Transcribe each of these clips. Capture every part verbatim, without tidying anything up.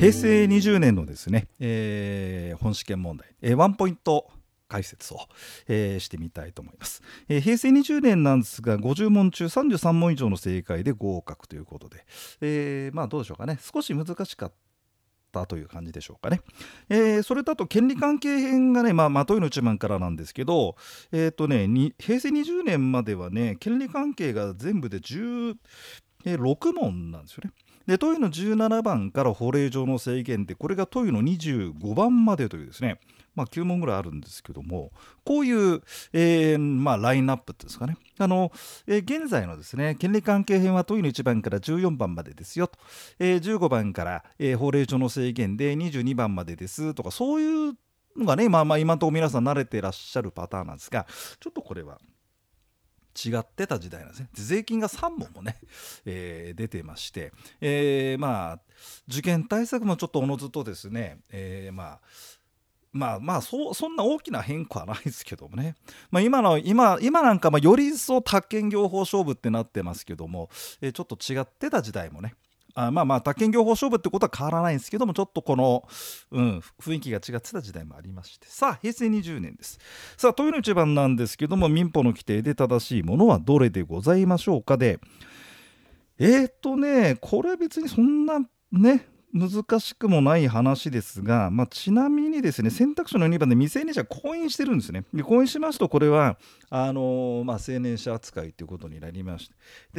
平成にじゅうねんのですね、えー本試験問題、えーワンポイント解説を、えーしてみたいと思います。えー平成にじゅうねんなんですが、ごじゅう問中さんじゅうさん問以上の正解で合格ということで、えーまあどうでしょうかね、少し難しかったという感じでしょうかね。えーそれとあと権利関係編がね、まあ、まといの一番からなんですけど、えっ、とねに平成にじゅうねんまではね、権利関係が全部でじゅうろく問なんですよね。で問いのじゅうななばんから法令上の制限で、これが問いのにじゅうごばんまでというですね、まあ、きゅう問ぐらいあるんですけども、こういう、えーまあ、ラインナップっていうんですかね、あの、えー現在のですね権利関係編は問いのいちばんからじゅうよんばんまでですよと、えーじゅうごばんから、えー法令上の制限でにじゅうにばんまでですとか、そういうのがね、まあ、まあ今のところ皆さん慣れてらっしゃるパターンなんですが、ちょっとこれは違ってた時代なんですね。で税金がさん問もね、えー出てまして、えーまあ受験対策もちょっとおのずとですね、えーまあまあまあそそんな大きな変化はないですけどもね、まあ、今の今今なんかまあより一層宅建業法勝負ってなってますけども、えーちょっと違ってた時代もね、あまあまあ宅建業法勝負ってことは変わらないんですけども、ちょっとこの、うん、雰囲気が違ってた時代もありまして、さあ平成にじゅうねんです。さあ問いの一番なんですけども、民法の規定で正しいものはどれでございましょうかで、えーっとねこれは別にそんなね難しくもない話ですが、まあ、ちなみにですね選択肢のにばんで未成年者婚姻してるんですね。で婚姻しますとこれはあのーまあ、成年者扱いということになりまして、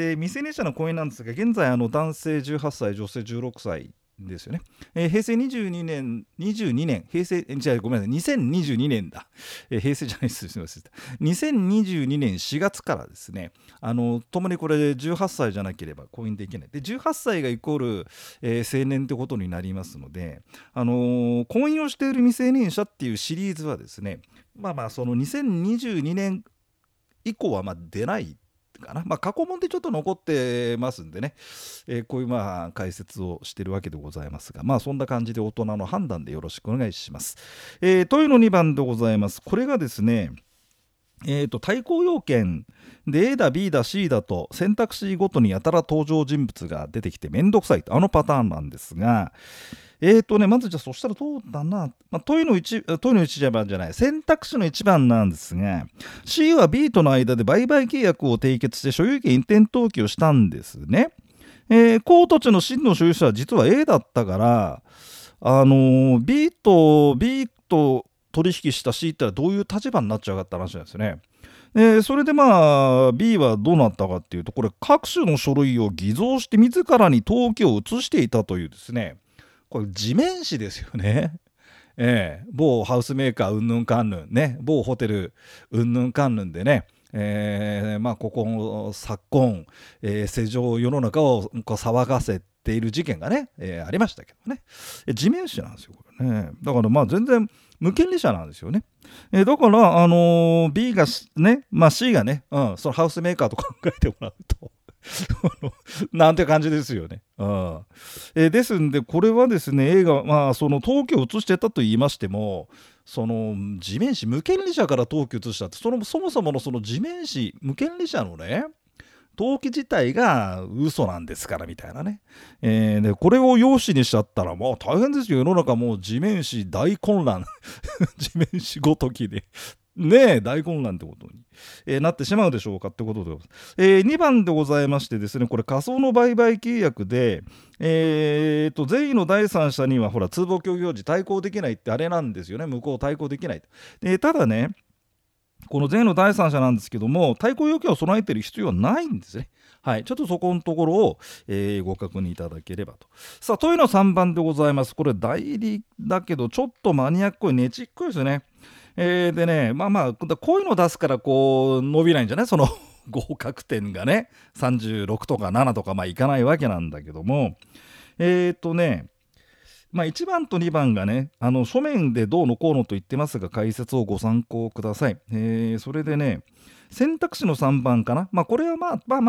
で未成年者の婚姻なんですが、現在あの男性じゅうはっさい女性じゅうろくさいですよね。えー平成にじゅうにねんにじゅうにねん平成じゃあごめんなさいにせんにじゅうにねんだ、えー平成じゃないですすみません、にせんにじゅうにねんしがつからですね、あのともにこれじゅうはっさいじゃなければ婚姻できないで、じゅうはっさいがイコール、えー成年ということになりますので、あのー婚姻をしている未成年者っていうシリーズはですね、まあまあそのにせんにじゅうにねん以降はまあ出ないかな、まあ、過去問でちょっと残ってますんでね、えーこういうまあ解説をしているわけでございますが、まあそんな感じで大人の判断でよろしくお願いします。えー、問いのにばんでございます。これがですね、えー、と対抗要件で A だ B だ C だと選択肢ごとにやたら登場人物が出てきてめんどくさいと、あのパターンなんですが、えーとね、まずじゃあそしたらどうだな、まあ、問いのいち問いのいちじゃない選択肢のいちばんなんですが、 C は B との間で売買契約を締結して所有権移転登記をしたんですね。えー、高土地の真の所有者は実は A だったから、あのー B と B と取引した C ってのはどういう立場になっちゃうかって話なんですよね。えーそれでまあ B はどうなったかっていうと、これ各種の書類を偽造して自らに登記を移していたというですね、これ地面師ですよね。ええ、某ハウスメーカーうんぬんかんぬんね、某ホテルうんぬんかんぬんでね、えーまあここ昨今、えー世情世の中をこう騒がせている事件がね、えーありましたけどね、え地面師なんですよこれね。だからまあ全然無権利者なんですよね。えーだからあのー B がね、まあ C がね、うん、そのハウスメーカーと考えてもらうとなんて感じですよね。うんえーですんでこれはですね、映画、まあ、その登記を移してたと言いましても、その地面師無権利者から登記を移したって、そのそもそものその地面師無権利者のね登記自体が嘘なんですからみたいなね、えーでこれを用紙にしちゃったらもう大変ですよ。世の中もう地面師大混乱地面師ごときでねえ大混乱ってことに、えーなってしまうでしょうかってことでございます。えーにばんでございましてですね、これ仮想の売買契約で、えー、と善意の第三者にはほら通報協議表示対抗できないってあれなんですよね。向こう対抗できないと。でただね、この善意の第三者なんですけども、対抗要件を備えている必要はないんですね。はい、ちょっとそこのところを、えーご確認いただければと。さあ問いのさんばんでございます。これ代理だけどちょっとマニアックいねちっこいですね。えーでね、まあまあこういうの出すからこう伸びないんじゃない、その合格点がねさんじゅうろくとかななとかまあいかないわけなんだけども、えーとねまあ、いちばんとにばんがね、あの書面でどうのこうのと言ってますが、解説をご参考ください。えーそれでね、選択肢のさんばんかな、まあ、これはまあまあまあ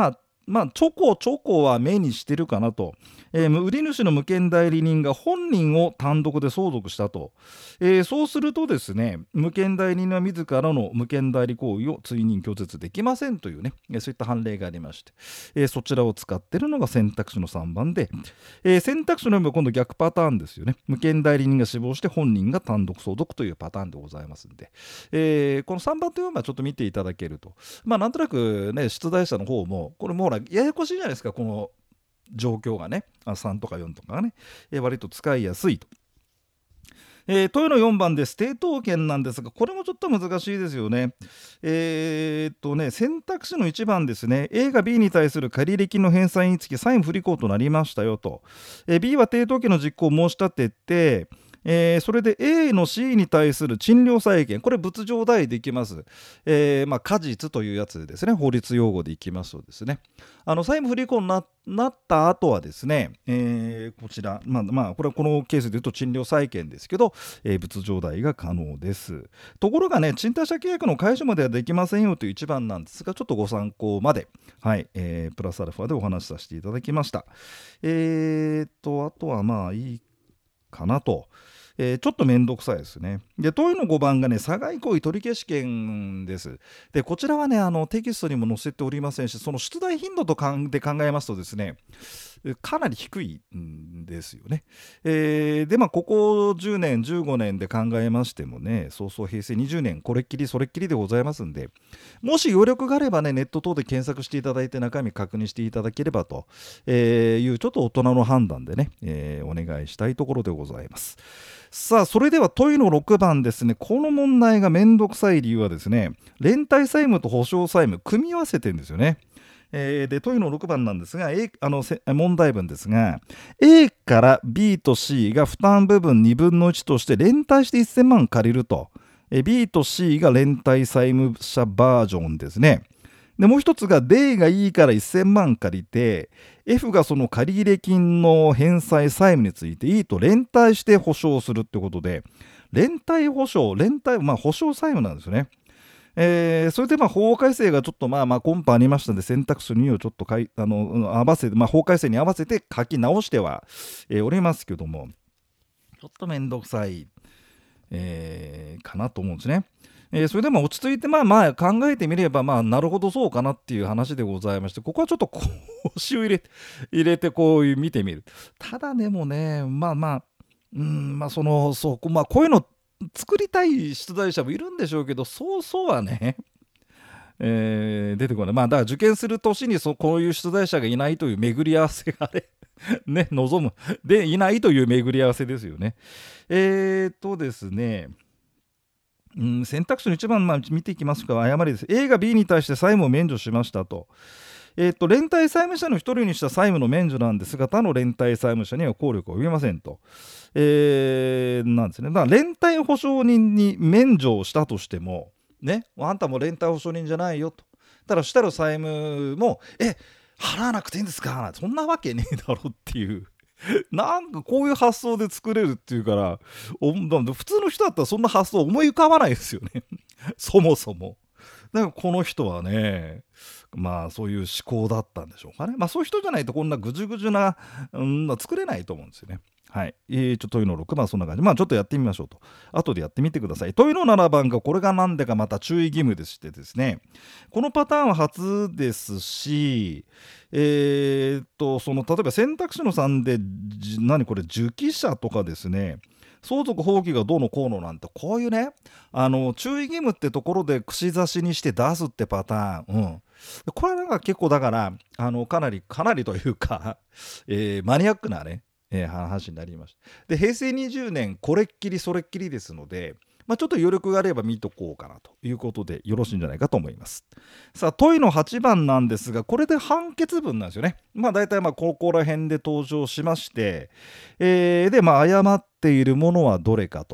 まあ、ちょこちょこは目にしてるかなと、えー売り主の無権代理人が本人を単独で相続したと、えーそうするとですね、無権代理人は自らの無権代理行為を追認拒絶できませんというね、えーそういった判例がありまして、えーそちらを使っているのが選択肢のさんばんで、えー選択肢のよんばんは今度逆パターンですよね。無権代理人が死亡して本人が単独相続というパターンでございますんで、えーこのさんばんとよんばんちょっと見ていただけると、まあなんとなくね、出題者の方もこれもうほらややこしいじゃないですか、この状況がね、あさんとかよんとかがね、えー割と使いやすいと。えー、問いのよんばんでステート権なんですが、これもちょっと難しいですよね。えーっとね、選択肢のいちばんですね、A が B に対する借入金の返済につき債務不履行となりましたよと。えー B は抵当権の実行を申し立てて、えーそれで A の C に対する賃料債権、これ物上代できます。えーまあ、果実というやつでですね、法律用語でいきますとですね、あの債務不履行に な, なった後はですね、えーこちら、まあ、まあ、これはこのケースで言うと賃料債権ですけど、えー物上代が可能です。ところがね、賃貸借契約の解除まではできませんよといういちばんなんですが、ちょっとご参考まで、はい、えープラスアルファでお話しさせていただきました。えー、と、あとはまあいいかなと。えーちょっとめんどくさいですね。で、問いのごばんがね、差外行為取消権です。で、こちらはね、あのテキストにも載せておりませんし、その出題頻度とかんで考えますとですね、かなり低いんですよね。えーで、まあ、ここじゅうねん、じゅうごねんで考えましてもね、そうそう平成にじゅうねん、これっきりそれっきりでございますんで、もし余力があればね、ネット等で検索していただいて中身確認していただければとえーいうちょっと大人の判断でね、えーお願いしたいところでございます。さあ、それでは問いのろくばんですね。この問題がめんどくさい理由はですね、連帯債務と保証債務組み合わせてるんですよね。えーで問いのろくばんなんですが、A、あのせ問題文ですが A から B と C が負担部分にぶんのいちとして連帯してせんまん借りると、えー B と C が連帯債務者バージョンですね。でもう一つが D が E からせんまん借りて F がその借入金の返済債務について E と連帯して保証するってことで、連帯保証連帯まあ保証債務なんですよね。えーそれでまあ法改正がちょっとまあまあコンパありましたので、選択肢にをちょっとかいあのうん合わせて、まあ、法改正に合わせて書き直しては、えーおりますけども、ちょっとめんどくさい、えーかなと思うんですね。えーそれでも落ち着いてまあまあ考えてみれば、まあなるほどそうかなっていう話でございまして、ここはちょっと腰を入れ入れてこういう見てみる。ただでもね、まあまあうんまあそのそうまあこういうの作りたい出題者もいるんでしょうけど、そうそうはね、えー出てこない。まあだから受験する年にそこういう出題者がいないという巡り合わせがあれね望むでいないという巡り合わせですよね。えーっとですねうん、選択肢のいちばん、まあ、見ていきますか。誤りです。A が B に対して債務を免除しましたと。えーと連帯債務者の一人にした債務の免除なんですが、他の連帯債務者には効力を及びませんと。えーなんですね。だから連帯保証人に免除をしたとしても、ね、あんたも連帯保証人じゃないよと。ただ、したら債務も、え、払わなくていいんですか、そんなわけねえだろっていう。なんかこういう発想で作れるっていうからお普通の人だったらそんな発想思い浮かばないですよねそもそも。だからこの人はね、まあそういう思考だったんでしょうかね。まあそういう人じゃないとこんなぐじゅぐじゅな、うん、作れないと思うんですよね。はい。えー、ちょっと問いのろくばんそんな感じ。まあちょっとやってみましょうと。後でやってみてください。問いのななばんがこれが何でかまた注意義務でしてですね。このパターンは初ですし、えーっと、その例えば選択肢のさんで、じ何これ、受記者とかですね。相続放棄がどうのこうのなんて、こういうね、あの注意義務ってところで串刺しにして出すってパターン、うん、これなんか結構だからあのかなりかなりというか、えーマニアックなね、えー話になりました。で平成にじゅうねんこれっきりそれっきりですので、まあ、ちょっと余力があれば見とこうかなということでよろしいんじゃないかと思います。さあ問いのはちばんなんですが、これで判決文なんですよね。まあ大体まあここら辺で登場しまして、えーでまあ誤っているものはどれかと。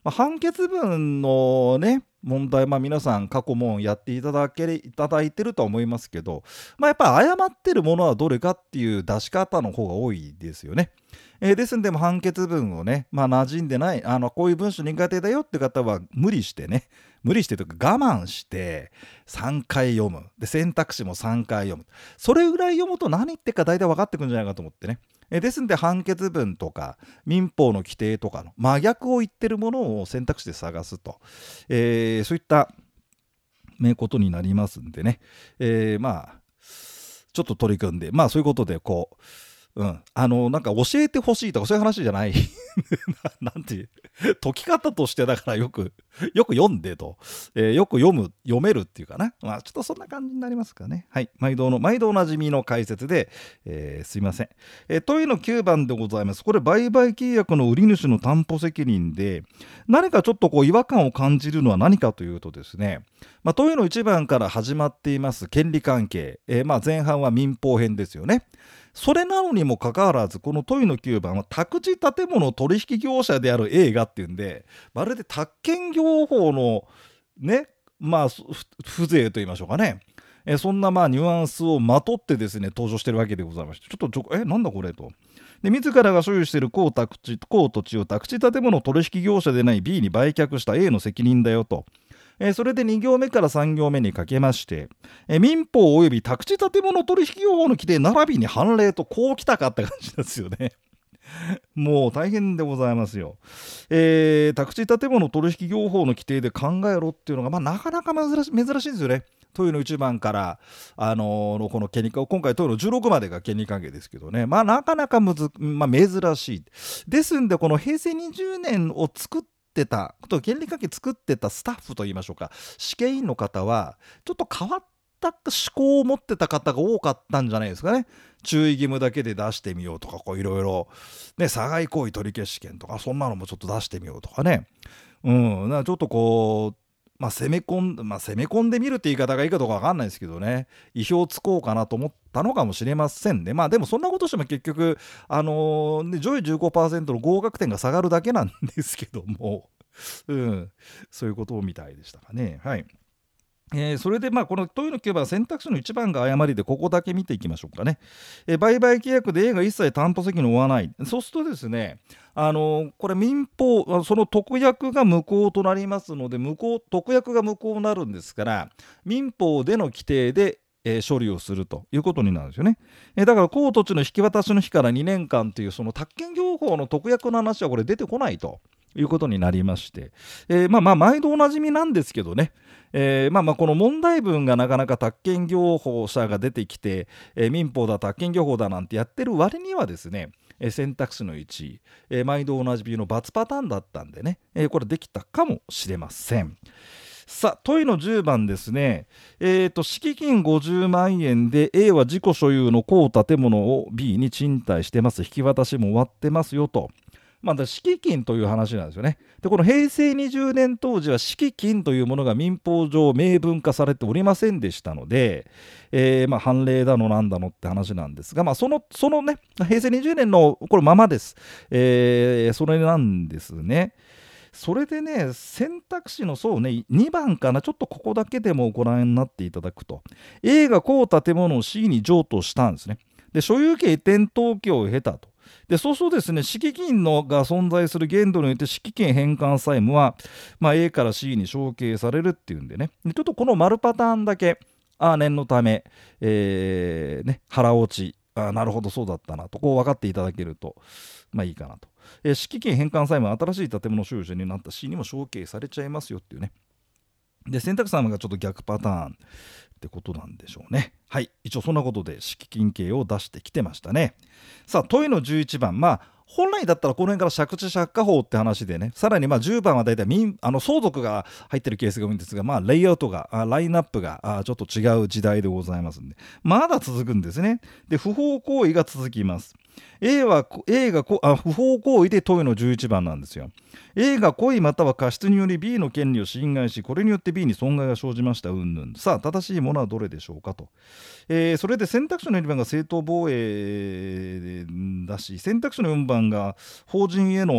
まあ、判決文のね問題、まあ、皆さん過去もやっていただけいただいてるとは思いますけど、まあ、やっぱり誤ってるものはどれかっていう出し方の方が多いですよね。えーですんでも判決文をね、まあ、馴染んでないあのこういう文章苦手だよって方は無理してね無理してというか我慢してさんかい読むで選択肢もさんかい読む、それぐらい読むと何言ってるか大体分かってくるんじゃないかと思ってね。えーですんで判決文とか民法の規定とかの真逆を言ってるものを選択肢で探すと、えーそういったことになりますんでね、えーまあちょっと取り組んで、まあそういうことでこううん、あのなんか教えてほしいとかそういう話じゃないななんていう解き方としてだからよくよく読んでと、えーよく読む読めるっていうかな、まあちょっとそんな感じになりますかね。はい、毎度の毎度おなじみの解説で、えーすいません、えー問いのきゅうばんでございます。これ売買契約の売り主の担保責任で何かちょっとこう違和感を感じるのは何かというとですね、まあ、問いのいちばんから始まっています権利関係、えーまあ前半は民法編ですよね。それなのにもかかわらずこの問いのきゅうばんは宅地建物取引業者である A がっていうんで、まるで宅建業法のねまあ風情と言いましょうかね、えそんなまあニュアンスをまとってですね登場してるわけでございまして、ちょっとえなんだこれと。で自らが所有している公宅地公土地を宅地建物取引業者でない B に売却した A の責任だよと。えーそれでに行目からさん行目にかけまして、えー民法及び宅地建物取引業法の規定並びに判例とこうきたかって感じですよね。もう大変でございますよ。えー宅地建物取引業法の規定で考えろっていうのが、まあ、なかなか珍し珍しいんですよね。問いのいちばんから、あのーのこの権利関係、今回問いのじゅうろくまでが権利関係ですけどね、まあなかなかむず、まあ、珍しい。ですんでこのへいせいにじゅうねんを作ってたこと権利関係作ってたスタッフといいましょうか、試験員の方はちょっと変わった思考を持ってた方が多かったんじゃないですかね。注意義務だけで出してみようとか、こういろいろね、妨害行為取り消し権とかそんなのもちょっと出してみようとかね、うん、だからちょっとこうまあ、攻め込ん、まあ、攻め込んでみるって言い方がいいかどうか分かんないですけどね、意表をつこうかなと思ったのかもしれませんね。まあでもそんなことしても結局、あのーね、上位 じゅうごパーセント の合格点が下がるだけなんですけども、うん、そういうことみたいでしたかね。はい。えーそれでまあこの問いのきゅうばん選択肢のいちばんが誤りで、ここだけ見ていきましょうかね。えー売買契約で A が一切担保責任を負わない、そうするとですね、あのーこれ民法あその特約が無効となりますので、無効特約が無効になるんですから、民法での規定でえー処理をするということになるんですよね。えーだから公土地の引き渡しの日からにねんかんというその宅建業法の特約の話はこれ出てこないということになりまして、えーまあまあ毎度おなじみなんですけどね、えーまあまあこの問題文がなかなか宅建業法者が出てきて、えー民法だ宅建業法だなんてやってる割にはですね、えー選択肢のいち、えー毎度おなじみの×パターンだったんでね、えーこれできたかもしれません。さあ問いのじゅうばんですね、えー、と敷金ごじゅうまんえんで A は自己所有の公建物を B に賃貸してます、引き渡しも終わってますよと。まあ、敷金という話なんですよね。でこのへいせいにじゅうねん当時は敷金というものが民法上明文化されておりませんでしたので、えーまあ、判例だのなんだのって話なんですが、まあ、そのそのねへいせいにじゅうねんのこれままです、えーそれなんですね。それでね選択肢のそうねにばんかな、ちょっとここだけでもご覧になっていただくと、 A が公建物を C に譲渡したんですね。で所有権移転登記を経たと。でそうするとですね、敷金のが存在する限度において敷金返還債務は、まあ、A から C に承継されるっていうんでね、でちょっとこの丸パターンだけあ念のため、えーね、腹落ち、あなるほどそうだったなとこう分かっていただけるとまあいいかなと。えー敷金返還債務は新しい建物所有者になった C にも承継されちゃいますよっていうね。で選択肢がちょっと逆パターンってことなんでしょうね。はい、一応そんなことで敷金刑を出してきてましたね。さあ問いのじゅういちばん、まあ本来だったらこの辺から借地借家法って話でね、さらにまあじゅうばんはだいたい民あの相続が入ってるケースが多いんですが、まあレイアウトがあラインナップがあちょっと違う時代でございますんで、まだ続くんですね。で不法行為が続きます。A は A がこあ不法行為で問いのじゅういちばんなんですよ。A が故意または過失により B の権利を侵害し、これによって B に損害が生じましたうんぬん。さあ正しいものはどれでしょうかと。えーそれで選択肢のいちばんが正当防衛だし、選択肢のよんばんが法人への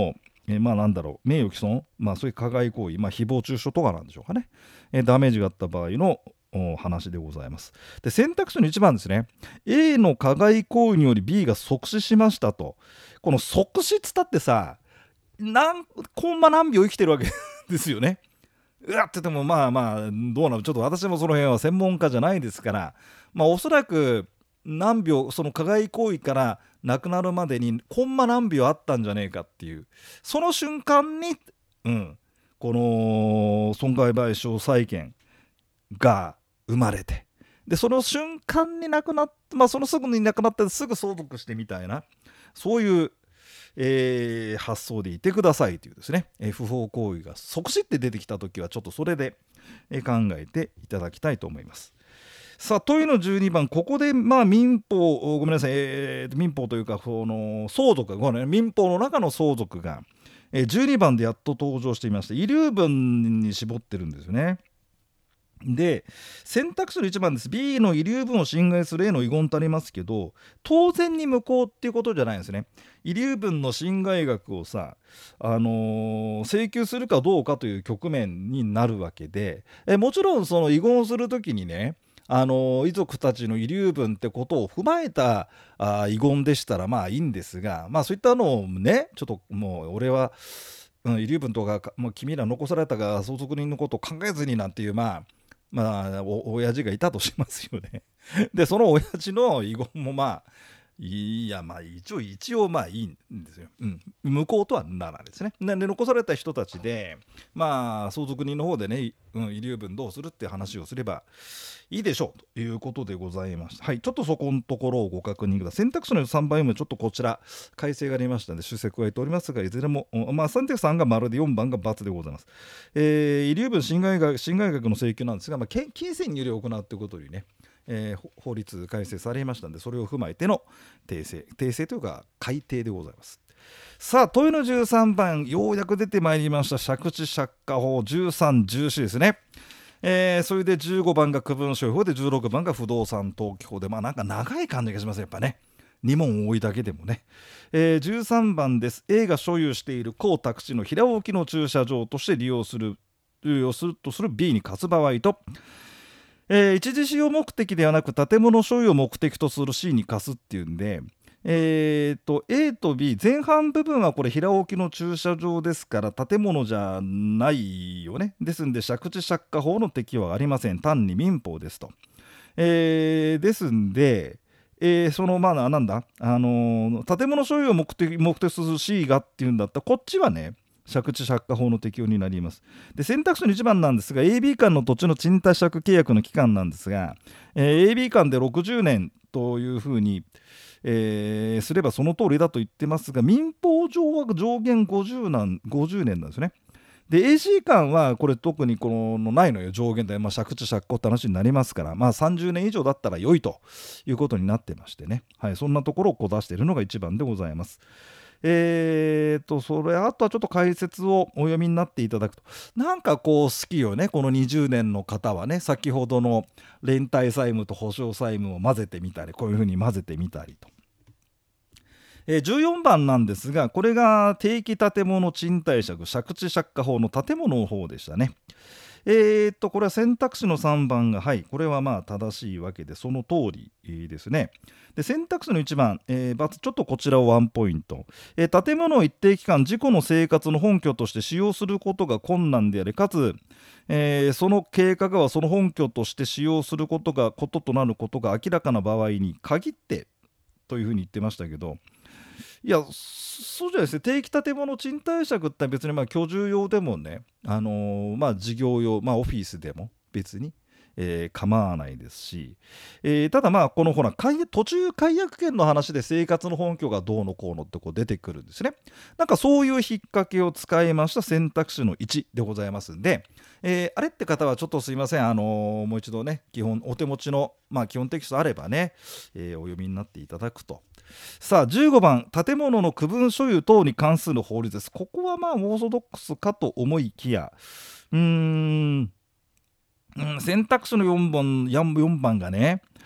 えー、まあなんだろう名誉毀損、まあそういう加害行為、まあ誹謗中傷とかなんでしょうかね、えー、ダメージがあった場合の話でございます。で選択肢のいちばんですね、 A の加害行為により B が即死しましたと。この即死っつったってさ、何コンマ何秒生きてるわけですよね。うわって言ってもまあまあどうなの、ちょっと私もその辺は専門家じゃないですから、まあおそらく何秒、その加害行為から亡くなるまでにコンマ何秒あったんじゃねえかっていう、その瞬間に、うん、この損害賠償債権が生まれて、でその瞬間に亡くなって、まあそのすぐに亡くなってすぐ相続してみたいな、そういう、えー発想でいてくださいというですね、えー不法行為が即死って出てきた時はちょっとそれで、えー考えていただきたいと思います。さあ問いのじゅうにばん、ここでまあ民法、ごめんなさい、えー民法というかその相続が、ごめんね、民法の中の相続が、えーじゅうにばんでやっと登場していまして、遺留分に絞ってるんですよね。で選択肢のいちばんです。 B の遺留分を侵害する A の遺言とありますけど、当然に無効っていうことじゃないんですね。遺留分の侵害額をさ、あのー請求するかどうかという局面になるわけで、えもちろんその遺言をするときにね、あのー遺族たちの遺留分ってことを踏まえたあ遺言でしたらまあいいんですが、まあそういったのをね、ちょっともう俺は、うん、遺留分とかもう君ら残されたが相続人のことを考えずになんていう、まあまあお親父がいたとしますよね。でその親父の遺言もまあいやまあ一応一応まあいいんですよ、うん、無効とはならないですね。で残された人たちでまあ相続人の方でね、うん、遺留分どうするって話をすればいいでしょうということでございました。はい、ちょっとそこのところをご確認ください。選択肢のさんばんもちょっとこちら改正がありましたので修正加えておりますが、いずれも、まあ、選択肢さんが丸でよんばんが×でございます。えー、遺留分侵害額侵害額の請求なんですが、まあ、金銭により行うということにね、えー、法律改正されましたので、それを踏まえての訂正訂正というか改定でございます。さあ問いのじゅうさんばん、ようやく出てまいりました。借地借家法じゅうさん、じゅうよんですね。えー、それでじゅうごばんが区分所有法で、じゅうろくばんが不動産登記法で、まあなんか長い感じがしますやっぱね、に問多いだけでもね。えー、じゅうさんばんです。 A が所有している公宅地の平置きの駐車場として利用する利用するとする B に貸す場合と、えー、一時使用目的ではなく建物所有を目的とする C に貸すっていうんで、えー、と A と B 前半部分はこれ平置きの駐車場ですから建物じゃないよね。ですんで借地借家法の適用はありません。単に民法ですと。えー、ですんで、えー、そのまあなんだ、あのー建物所有を目的目的とする C がっていうんだったら、こっちはね借地借家法の適用になります。で選択肢のいちばんなんですが、 エービー 間の土地の賃貸借契約の期間なんですが、えー、エービー 間でろくじゅうねんというふうに、えーすればその通りだと言ってますが、民法上は上限ごじゅうなんごじゅうねんなんですね。で エーシー 間はこれ特にこのないのよ、上限で、まあ、借地借家って話になりますから、まあ、さんじゅうねん以上だったら良いということになってましてね、はい、そんなところをこう出しているのがいちばんでございます。えーとそれあとはちょっと解説をお読みになっていただくと、なんかこう好きよね、このにじゅうねんの方はね。先ほどの連帯債務と保証債務を混ぜてみたり、こういうふうに混ぜてみたりと。えー、じゅうよんばんなんですが、これが定期建物賃貸借借地借家法の建物の方でしたね。えー、っとこれは選択肢のさんばんが、はい、これはまあ正しいわけでその通りですね。で選択肢のいちばん、えー、ちょっとこちらをワンポイント、えー、建物を一定期間自己の生活の本拠として使用することが困難であり、かつ、えー、その計画はその本拠として使用することがこととなることが明らかな場合に限ってというふうに言ってましたけど、いやそうじゃないですね。定期建物賃貸借って別にまあ居住用でもね、あのーまあ事業用、まあオフィスでも別に、えー構わないですし、えーただまあこのほら解途中解約権の話で生活の本拠がどうのこうのってこう出てくるんですね。なんかそういう引っ掛けを使いました選択肢のいちでございますんで、えーあれって方はちょっとすいません、あのーもう一度ね基本お手持ちの、まあ、基本テキストあればね、えーお読みになっていただくと。さあじゅうごばん、建物の区分所有等に関する法律です。ここはまあオーソドックスかと思いきや、うーんうん選択肢のよんばんよんばんがね、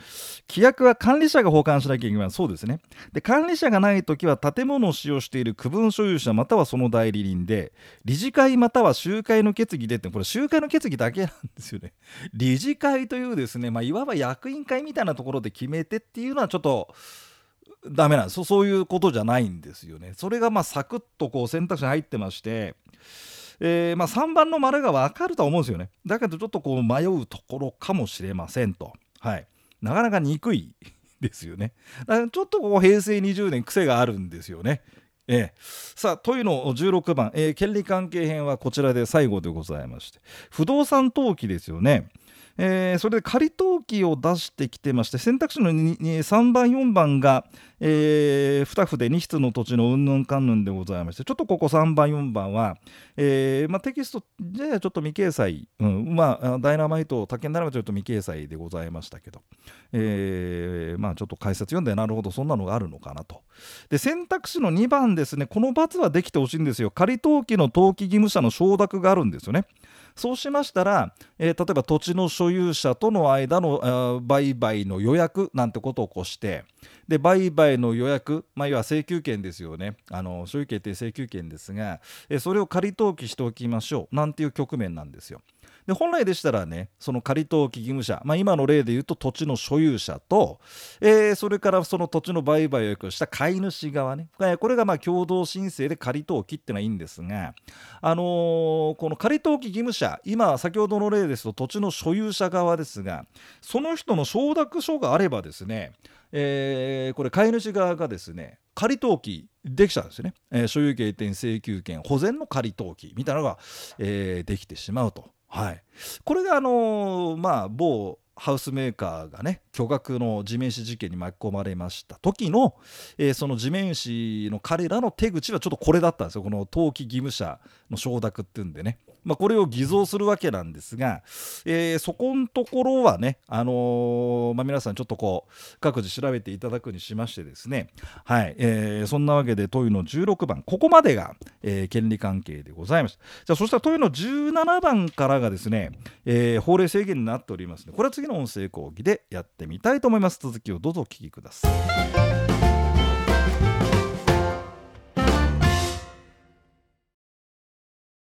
規約は管理者が保管しなきゃいけない。そうですね。で、管理者がないときは建物を使用している区分所有者またはその代理人で、理事会または集会の決議でって、これ集会の決議だけなんですよね。理事会というですね、まあ、いわば役員会みたいなところで決めてっていうのはちょっとダメなんです。そそういうことじゃないんですよね。それがまあサクッとこう選択肢に入ってまして、えーまあ、さんばんの丸が分かるとは思うんですよね。だけどちょっとこう迷うところかもしれませんと。はい。なかなか憎いですよね。だからちょっとこう平成にじゅうねん癖があるんですよね。ええ、さあというのじゅうろくばん、えー権利関係編はこちらで最後でございまして、不動産登記ですよね。えーそれで仮登記を出してきてまして、選択肢のにさんばんよんばんが、えー、に筆に筆の土地のうんぬんかんぬんでございまして、ちょっとここさんばんよんばんは、えーまあ、テキストじゃあちょっと未掲載、うん、まあダイナマイト竹になればちょっと未掲載でございましたけど、えーまあ、ちょっと解説読んで、なるほどそんなのがあるのかなと。で、選択肢のにばんですね、この×はできてほしいんですよ。仮登記の登記義務者の承諾があるんですよね。そうしましたら、えー例えば土地の所有者との間のあー売買の予約なんてことを起こして、で売買の予約、まあ、いわゆる請求権ですよね。あの所有権って請求権ですが、えーそれを仮登記しておきましょうなんていう局面なんですよ。で、本来でしたらね、その仮登記義務者、まあ、今の例で言うと土地の所有者と、えーそれからその土地の売買を予約した買い主側ね、えーこれがまあ共同申請で仮登記ってのはいいんですが、あのーこの仮登記義務者、今先ほどの例ですと土地の所有者側ですが、その人の承諾書があればですね、えーこれ買い主側がですね仮登記できちゃうんですよね。えー所有権移転請求権保全の仮登記みたいなのが、えーできてしまうと。はい、これがあのーまあ某ハウスメーカーがね巨額の地面師事件に巻き込まれました時の、えーその地面師の彼らの手口はちょっとこれだったんですよ。この登記義務者の承諾っていうんでね、まあ、これを偽造するわけなんですが、えーそこのところはね、あのーまあ、皆さんちょっとこう各自調べていただくにしましてですね、はい、えーそんなわけで問いのじゅうろくばん、ここまでが、えー権利関係でございました。じゃあそしたら問いのじゅうななばんからがですね、えー法令制限になっておりますので、これは次の音声講義でやってみたいと思います。続きをどうぞお聞きください。